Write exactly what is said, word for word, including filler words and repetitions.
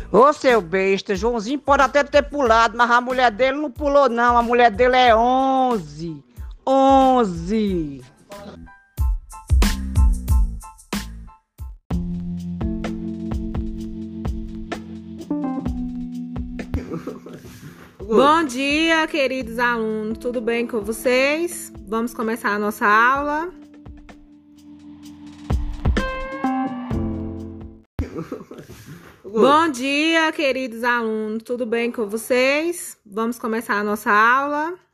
Ô, seu besta, Joãozinho pode até ter pulado, mas a mulher dele não pulou, não. A mulher dele é onze. Onze. Bom dia, queridos alunos. Tudo bem com vocês? Vamos começar a nossa aula. Bom dia, queridos alunos. Tudo bem com vocês? Vamos começar a nossa aula.